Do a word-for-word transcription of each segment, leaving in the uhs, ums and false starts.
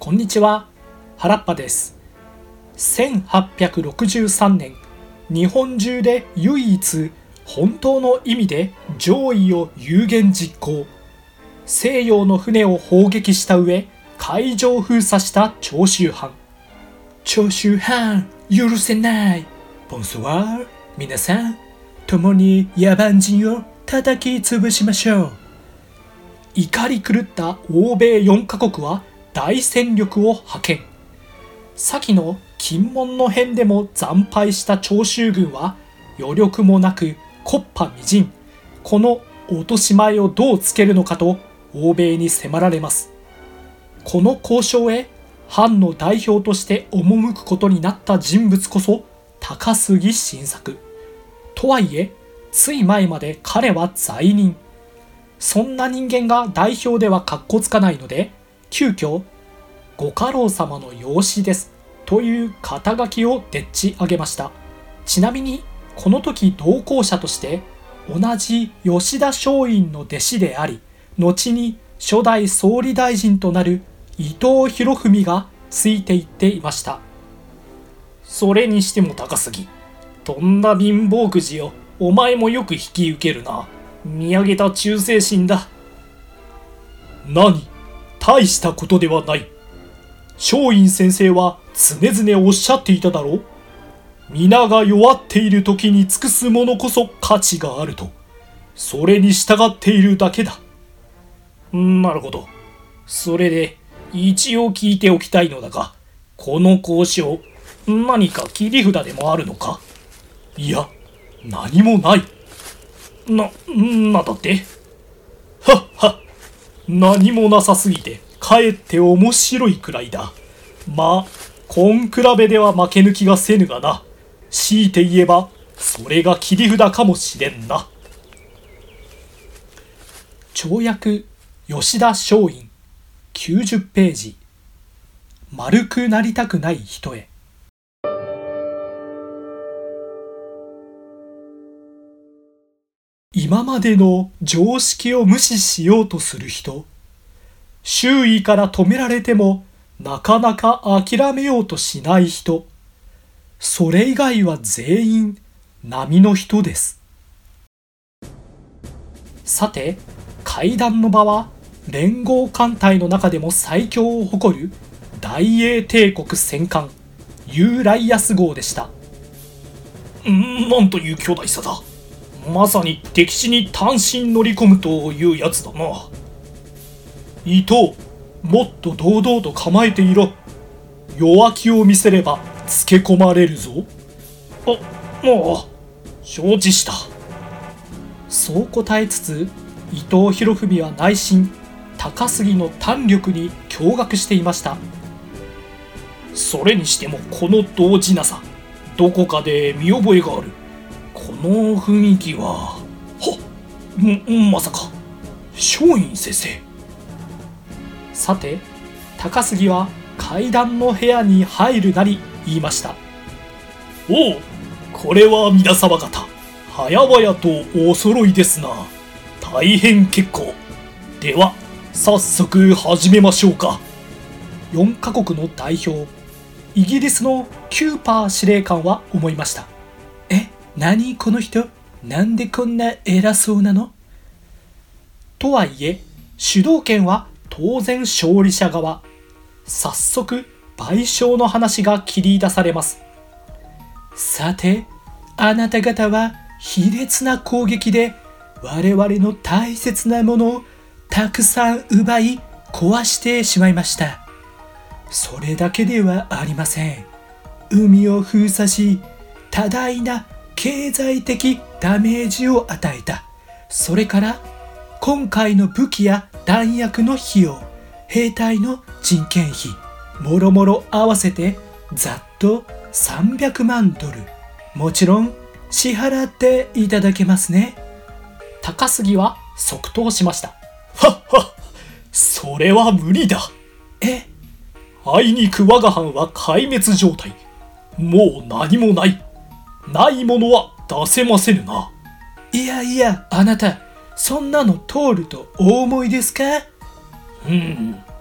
こんにちは、原っぱです。せんはっぴゃくろくじゅうさんねん、日本中で唯一本当の意味で攘夷を有言実行、西洋の船を砲撃した上、海上封鎖した長州藩。長州藩許せない。ボンソワール、皆さん、共に野蛮人を叩き潰しましょう。怒り狂った欧米よんカ国は大戦力を派遣。先の金門の変でも惨敗した長州軍は余力もなく木っ端みじん。この落とし前をどうつけるのかと欧米に迫られます。この交渉へ藩の代表として赴くことになった人物こそ高杉晋作。とはいえつい前まで彼は罪人。そんな人間が代表ではかっこつかないので、急遽ご家老様の養子ですという肩書きをでっち上げました。ちなみにこの時同行者として同じ吉田松陰の弟子であり、後に初代総理大臣となる伊藤博文がついていっていました。それにしても高杉、とんだ貧乏くじよ。お前もよく引き受けるな。見上げた忠誠心だ。何、大したことではない。松陰先生は常々おっしゃっていただろう。皆が弱っている時に尽くすものこそ価値があると。それに従っているだけだ。なるほど。それで一応聞いておきたいのだが、この交渉、何か切り札でもあるのか。いや、何もない。な、なんだって。はっはっ。何もなさすぎてかえって面白いくらいだ。まあ根比べでは負け抜きがせぬがな。強いて言えばそれが切り札かもしれんな。跳躍吉田松陰きゅうじゅっページ。丸くなりたくない人へ。今までの常識を無視しようとする人、周囲から止められてもなかなか諦めようとしない人、それ以外は全員並の人です。さて、会談の場は連合艦隊の中でも最強を誇る大英帝国戦艦ユーライアス号でした。んなんという巨大さだ。まさに敵地に単身乗り込むというやつだな。伊藤、もっと堂々と構えていろ。弱気を見せればつけ込まれるぞ。あ、もう承知した。そう答えつつ、伊藤博文は内心高杉の胆力に驚愕していました。それにしてもこの動じなさ、どこかで見覚えがある。この雰囲気は、はっ、ん、まさか松陰先生。さて、高杉は階段の部屋に入るなり言いました。おう、これは皆様方、早々とお揃いですな。大変結構。では早速始めましょうか。よんカ国の代表、イギリスのキューパー司令官は思いました。え、何この人、なんでこんな偉そうなの。とはいえ主導権は当然勝利者側。早速賠償の話が切り出されます。さて、あなた方は卑劣な攻撃で我々の大切なものをたくさん奪い壊してしまいました。それだけではありません。海を封鎖し多大な経済的ダメージを与えた。それから今回の武器や弾薬の費用、兵隊の人件費、もろもろ合わせてざっとさんびゃくまんドル。もちろん支払っていただけますね。高杉は即答しました。はっは、それは無理だ。え、あいにく我が藩は壊滅状態。もう何もない。ないものは出せませぬな。いやいや、あなたそんなの通るとお思いですか。うん、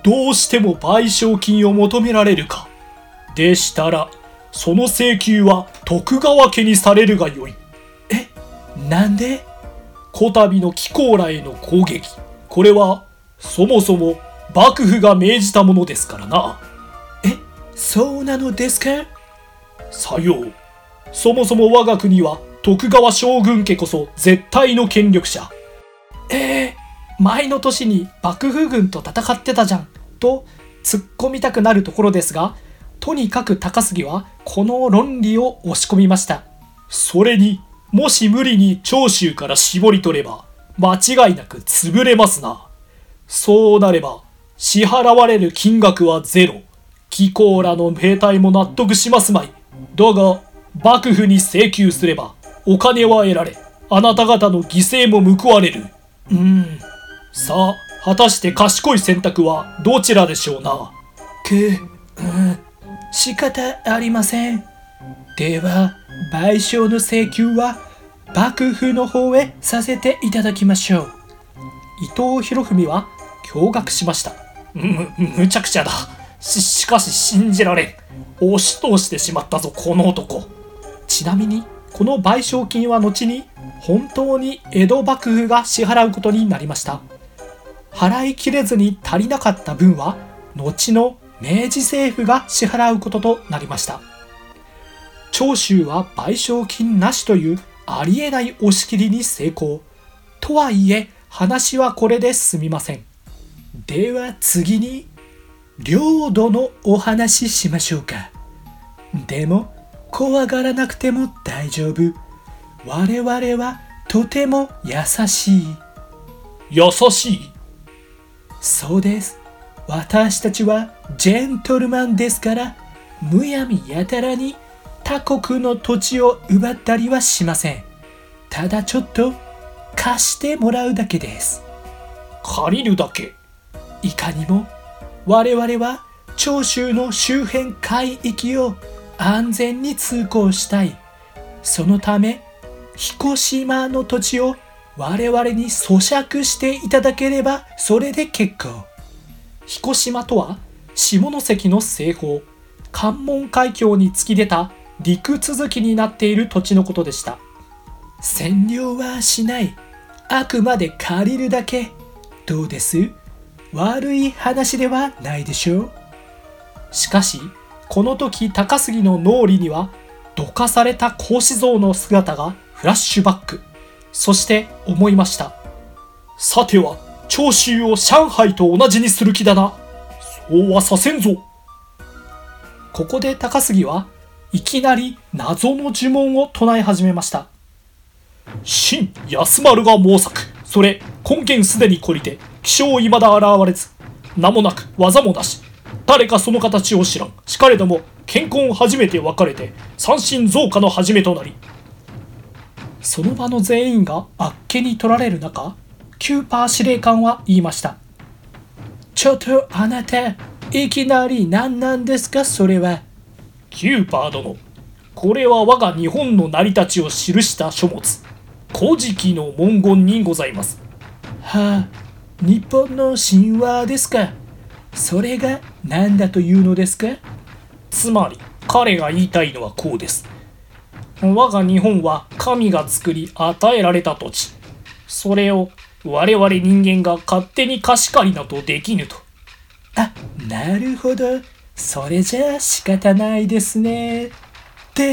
どうしても賠償金を求められるか。でしたら、その請求は徳川家にされるがよい。え、なんで？こたびの貴公らへの攻撃。これは、そもそも幕府が命じたものですからな。え、そうなのですか？さよう。そもそも我が国は徳川将軍家こそ絶対の権力者。えー、前の年に幕府軍と戦ってたじゃん、と突っ込みたくなるところですが、とにかく高杉はこの論理を押し込みました。それに、もし無理に長州から絞り取れば、間違いなく潰れますな。そうなれば、支払われる金額はゼロ。貴公らの兵隊も納得しますまい。だが、幕府に請求すれば、お金は得られ、あなた方の犠牲も報われる。うーん。さあ、果たして賢い選択はどちらでしょうな。く、うん、仕方ありません。では、賠償の請求は幕府の方へさせていただきましょう。伊藤博文は驚愕しました。む、むちゃくちゃだ。し、しかし信じられん。押し通してしまったぞ、この男。ちなみに、この賠償金は後に本当に江戸幕府が支払うことになりました。払いきれずに足りなかった分は、後の明治政府が支払うこととなりました。長州は賠償金なしというありえない押し切りに成功。とはいえ、話はこれで済みません。では次に、領土のお話ししましょうか。でも、怖がらなくても大丈夫。我々はとても優しい。優しい？そうです。私たちはジェントルマンですから、むやみやたらに他国の土地を奪ったりはしません。ただちょっと貸してもらうだけです。借りるだけ？いかにも我々は長州の周辺海域を安全に通行したい。そのため彦島の土地を我々に租借していただければそれで結構。彦島とは下関の西方、関門海峡に突き出た陸続きになっている土地のことでした。占領はしない。あくまで借りるだけ。どうです？悪い話ではないでしょう。しかし、この時高杉の脳裏にはどかされた孔子像の姿がフラッシュバック。そして思いました。さては長州を上海と同じにする気だな。そうはさせんぞ。ここで高杉はいきなり謎の呪文を唱え始めました。新安丸が毛作、それ根源すでに懲りて気象いまだ現れず、名もなく技もなし、誰かその形を知らん。しかれども健康初めて別れて三神増加の始めとなり。その場の全員があっけに取られる中、キューパー司令官は言いました。ちょっとあなた、いきなり何なんですかそれは。キューパー殿、これは我が日本の成り立ちを記した書物、古事記の文言にございます。はあ、日本の神話ですか。それが何だというのですか。つまり彼が言いたいのはこうです。我が日本は神が作り与えられた土地。それを我々人間が勝手に貸し借りなどできぬと。あ、なるほど。それじゃあ仕方ないですね。って、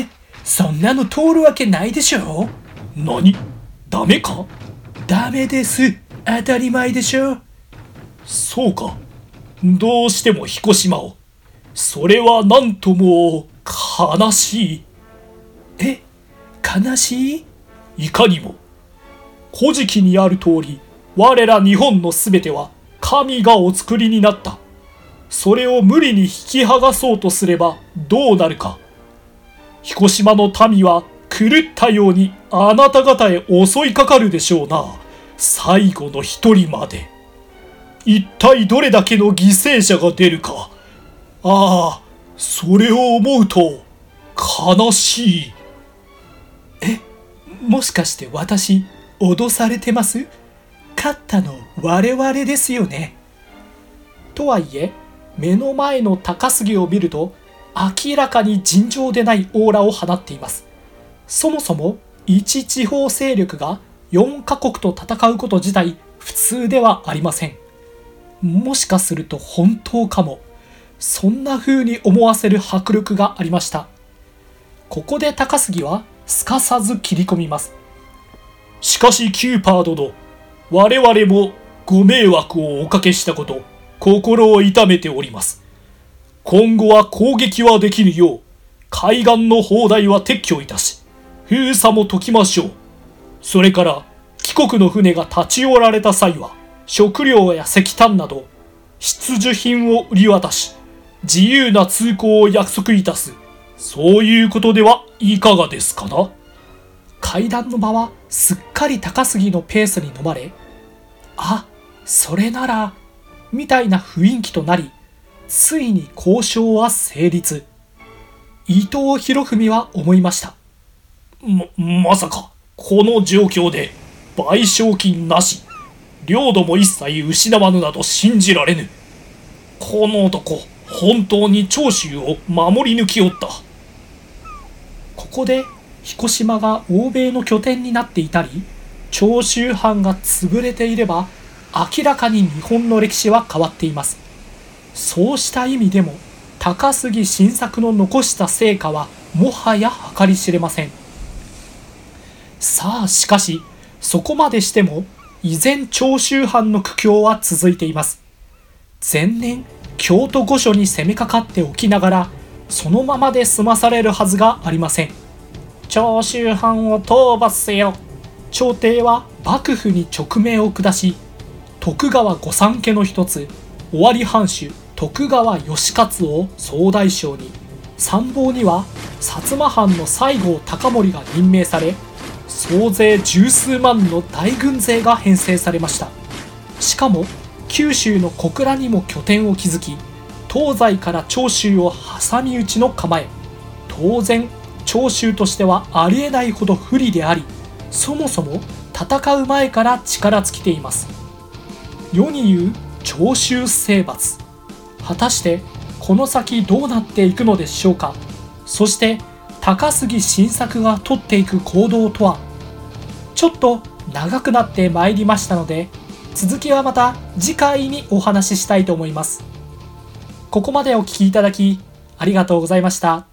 そんなの通るわけないでしょ。何？ダメか？ダメです。当たり前でしょ。そうか。どうしても彦島を。それはなんとも悲しい。え、悲しい？いかにも。古事記にある通り、我ら日本のすべては神がお作りになった。それを無理に引き剥がそうとすればどうなるか。彦島の民は狂ったようにあなた方へ襲いかかるでしょうな。最後の一人まで。一体どれだけの犠牲者が出るか。ああ、それを思うと悲しい。え、もしかして私脅されてます？勝ったの我々ですよね。 とはいえ、目の前の高杉を見ると明らかに尋常でないオーラを放っています。そもそも一地方勢力がよんカ国と戦うこと自体普通ではありません。もしかすると本当かも。そんな風に思わせる迫力がありました。ここで高杉はすかさず切り込みます。しかしキューパー殿、我々もご迷惑をおかけしたこと、心を痛めております。今後は攻撃はできるよう、海岸の砲台は撤去いたし、封鎖も解きましょう。それから、帰国の船が立ち寄られた際は、食料や石炭など、必需品を売り渡し、自由な通行を約束いたす。そういうことではいかがですかな。階段の場はすっかり高杉のペースに飲まれ、あ、それなら、みたいな雰囲気となり、ついに交渉は成立。伊藤博文は思いました。ま、まさか、この状況で、賠償金なし、領土も一切失わぬなど信じられぬ。この男、本当に長州を守り抜きおった。ここで、彦島が欧米の拠点になっていたり、長州藩が潰れていれば、明らかに日本の歴史は変わっています。そうした意味でも、高杉晋作の残した成果はもはや計り知れません。さあしかし、そこまでしても、依然長州藩の苦境は続いています。前年、京都御所に攻めかかっておきながら、そのままで済まされるはずがありません。長州藩を討伐せよ。朝廷は幕府に勅命を下し、徳川御三家の一つ、尾張藩主徳川義勝を総大将に、参謀には薩摩藩の西郷隆盛が任命され、総勢十数万の大軍勢が編成されました。しかも九州の小倉にも拠点を築き、東西から長州を挟み撃ちの構え。当然長州としてはありえないほど不利であり、そもそも戦う前から力尽きています。世に言う長州征伐。果たしてこの先どうなっていくのでしょうか。そして高杉晋作が取っていく行動とは。ちょっと長くなってまいりましたので、続きはまた次回にお話ししたいと思います。ここまでお聞きいただきありがとうございました。